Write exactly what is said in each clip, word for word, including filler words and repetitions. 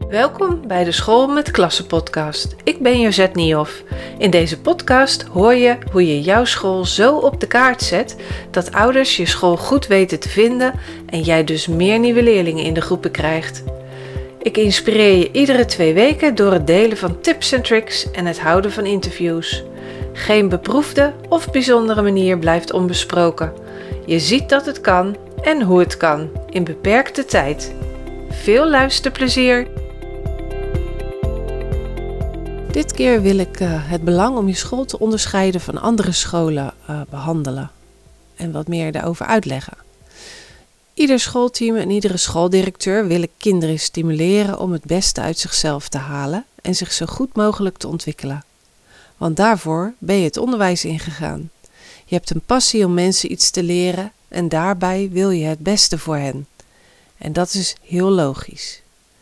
Welkom bij de School met Klassen podcast. Ik ben Josette Niehoff. In deze podcast hoor je hoe je jouw school zo op de kaart zet dat ouders je school goed weten te vinden en jij dus meer nieuwe leerlingen in de groepen krijgt. Ik inspireer je iedere twee weken door het delen van tips en tricks en het houden van interviews. Geen beproefde of bijzondere manier blijft onbesproken. Je ziet dat het kan en hoe het kan in beperkte tijd. Veel luisterplezier! Dit keer wil ik uh, het belang om je school te onderscheiden van andere scholen uh, behandelen en wat meer daarover uitleggen. Ieder schoolteam en iedere schooldirecteur wil kinderen stimuleren om het beste uit zichzelf te halen en zich zo goed mogelijk te ontwikkelen. Want daarvoor ben je het onderwijs ingegaan. Je hebt een passie om mensen iets te leren en daarbij wil je het beste voor hen. En dat is heel logisch.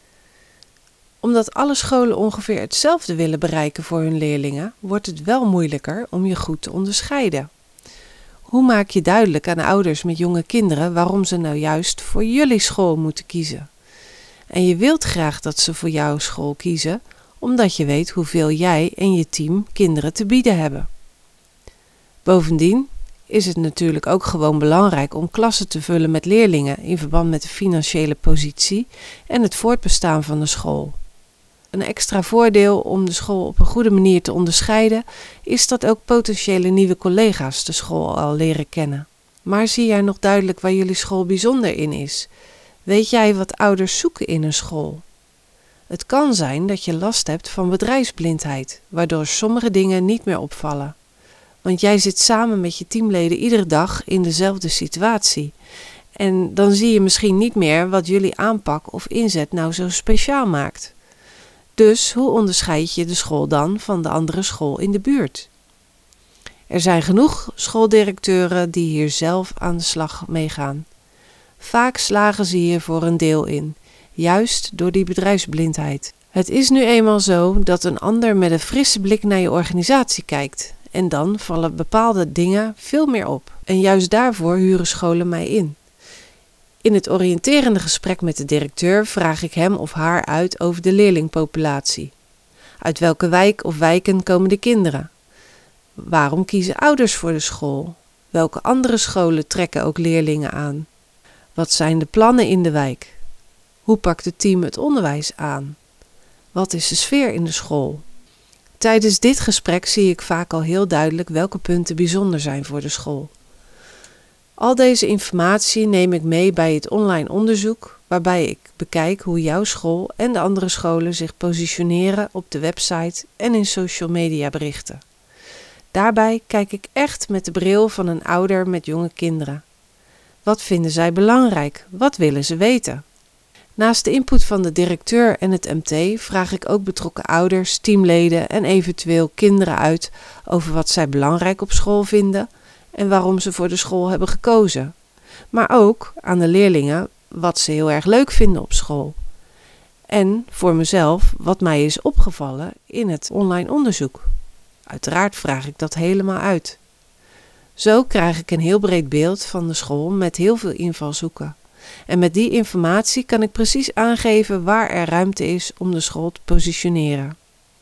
Omdat alle scholen ongeveer hetzelfde willen bereiken voor hun leerlingen, wordt het wel moeilijker om je goed te onderscheiden. Hoe maak je duidelijk aan ouders met jonge kinderen waarom ze nou juist voor jullie school moeten kiezen? En je wilt graag dat ze voor jouw school kiezen, omdat je weet hoeveel jij en je team kinderen te bieden hebben. Bovendien is het natuurlijk ook gewoon belangrijk om klassen te vullen met leerlingen in verband met de financiële positie en het voortbestaan van de school. Een extra voordeel om de school op een goede manier te onderscheiden is dat ook potentiële nieuwe collega's de school al leren kennen. Maar zie jij nog duidelijk waar jullie school bijzonder in is? Weet jij wat ouders zoeken in een school? Het kan zijn dat je last hebt van bedrijfsblindheid, waardoor sommige dingen niet meer opvallen. Want jij zit samen met je teamleden iedere dag in dezelfde situatie. En dan zie je misschien niet meer wat jullie aanpak of inzet nou zo speciaal maakt. Dus hoe onderscheid je de school dan van de andere school in de buurt? Er zijn genoeg schooldirecteuren die hier zelf aan de slag mee gaan. Vaak slagen ze hier voor een deel in, juist door die bedrijfsblindheid. Het is nu eenmaal zo dat een ander met een frisse blik naar je organisatie kijkt. En dan vallen bepaalde dingen veel meer op. En juist daarvoor huren scholen mij in. In het oriënterende gesprek met de directeur vraag ik hem of haar uit over de leerlingpopulatie. Uit welke wijk of wijken komen de kinderen? Waarom kiezen ouders voor de school? Welke andere scholen trekken ook leerlingen aan? Wat zijn de plannen in de wijk? Hoe pakt het team het onderwijs aan? Wat is de sfeer in de school? Tijdens dit gesprek zie ik vaak al heel duidelijk welke punten bijzonder zijn voor de school. Al deze informatie neem ik mee bij het online onderzoek, waarbij ik bekijk hoe jouw school en de andere scholen zich positioneren op de website en in social media berichten. Daarbij kijk ik echt met de bril van een ouder met jonge kinderen. Wat vinden zij belangrijk? Wat willen ze weten? Naast de input van de directeur en het M T vraag ik ook betrokken ouders, teamleden en eventueel kinderen uit over wat zij belangrijk op school vinden en waarom ze voor de school hebben gekozen. Maar ook aan de leerlingen wat ze heel erg leuk vinden op school. En voor mezelf wat mij is opgevallen in het online onderzoek. Uiteraard vraag ik dat helemaal uit. Zo krijg ik een heel breed beeld van de school met heel veel invalshoeken. En met die informatie kan ik precies aangeven waar er ruimte is om de school te positioneren.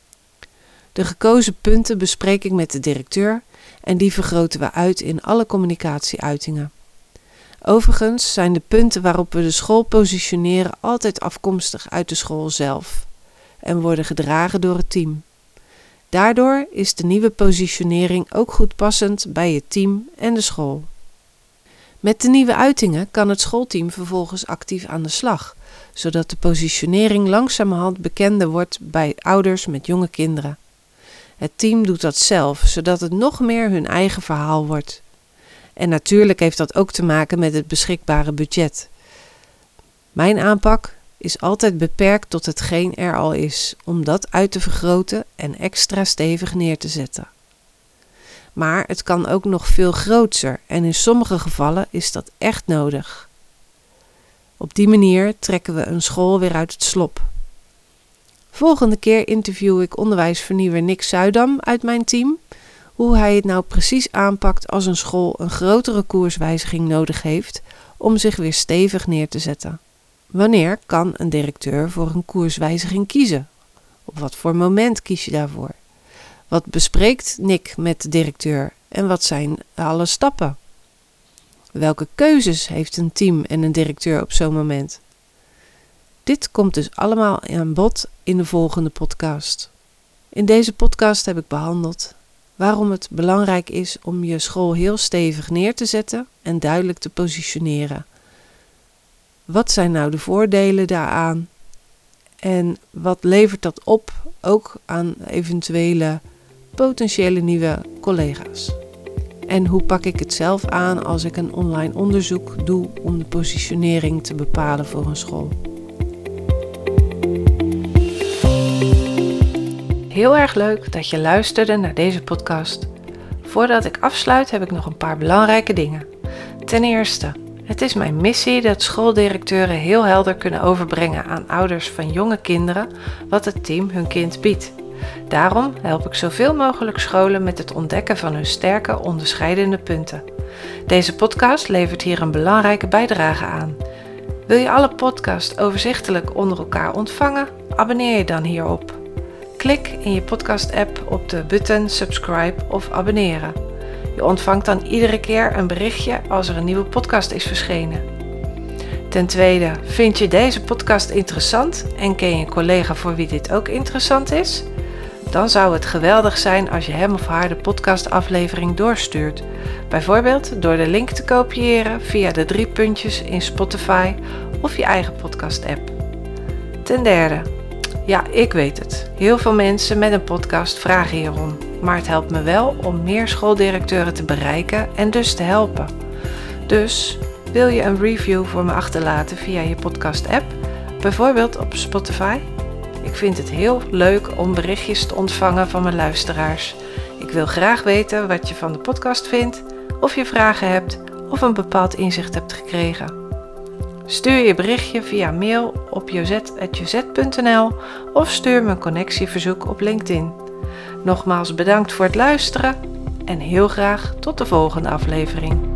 De gekozen punten bespreek ik met de directeur en die vergroten we uit in alle communicatieuitingen. Overigens zijn de punten waarop we de school positioneren altijd afkomstig uit de school zelf en worden gedragen door het team. Daardoor is de nieuwe positionering ook goed passend bij het team en de school. Met de nieuwe uitingen kan het schoolteam vervolgens actief aan de slag, zodat de positionering langzamerhand bekender wordt bij ouders met jonge kinderen. Het team doet dat zelf, zodat het nog meer hun eigen verhaal wordt. En natuurlijk heeft dat ook te maken met het beschikbare budget. Mijn aanpak is altijd beperkt tot hetgeen er al is, om dat uit te vergroten en extra stevig neer te zetten. Maar het kan ook nog veel groter en in sommige gevallen is dat echt nodig. Op die manier trekken we een school weer uit het slop. Volgende keer interview ik onderwijsvernieuwer Nick Zuidam uit mijn team, hoe hij het nou precies aanpakt als een school een grotere koerswijziging nodig heeft om zich weer stevig neer te zetten. Wanneer kan een directeur voor een koerswijziging kiezen? Op wat voor moment kies je daarvoor? Wat bespreekt Nick met de directeur en wat zijn alle stappen? Welke keuzes heeft een team en een directeur op zo'n moment? Dit komt dus allemaal aan bod in de volgende podcast. In deze podcast heb ik behandeld waarom het belangrijk is om je school heel stevig neer te zetten en duidelijk te positioneren. Wat zijn nou de voordelen daaraan? En wat levert dat op, ook aan eventuele potentiële nieuwe collega's? En hoe pak ik het zelf aan als ik een online onderzoek doe om de positionering te bepalen voor een school? Heel erg leuk dat je luisterde naar deze podcast. Voordat ik afsluit heb ik nog een paar belangrijke dingen. Ten eerste, het is mijn missie dat schooldirecteuren heel helder kunnen overbrengen aan ouders van jonge kinderen wat het team hun kind biedt. Daarom help ik zoveel mogelijk scholen met het ontdekken van hun sterke onderscheidende punten. Deze podcast levert hier een belangrijke bijdrage aan. Wil je alle podcasts overzichtelijk onder elkaar ontvangen? Abonneer je dan hierop. Klik in je podcast-app op de button subscribe of abonneren. Je ontvangt dan iedere keer een berichtje als er een nieuwe podcast is verschenen. Ten tweede, vind je deze podcast interessant en ken je een collega voor wie dit ook interessant is? Dan zou het geweldig zijn als je hem of haar de podcastaflevering doorstuurt. Bijvoorbeeld door de link te kopiëren via de drie puntjes in Spotify of je eigen podcast-app. Ten derde, ja, ik weet het. Heel veel mensen met een podcast vragen hierom. Maar het helpt me wel om meer schooldirecteuren te bereiken en dus te helpen. Dus wil je een review voor me achterlaten via je podcast-app, bijvoorbeeld op Spotify? Ik vind het heel leuk om berichtjes te ontvangen van mijn luisteraars. Ik wil graag weten wat je van de podcast vindt, of je vragen hebt of een bepaald inzicht hebt gekregen. Stuur je berichtje via mail op josette at josette punt n l of stuur me een connectieverzoek op LinkedIn. Nogmaals bedankt voor het luisteren en heel graag tot de volgende aflevering.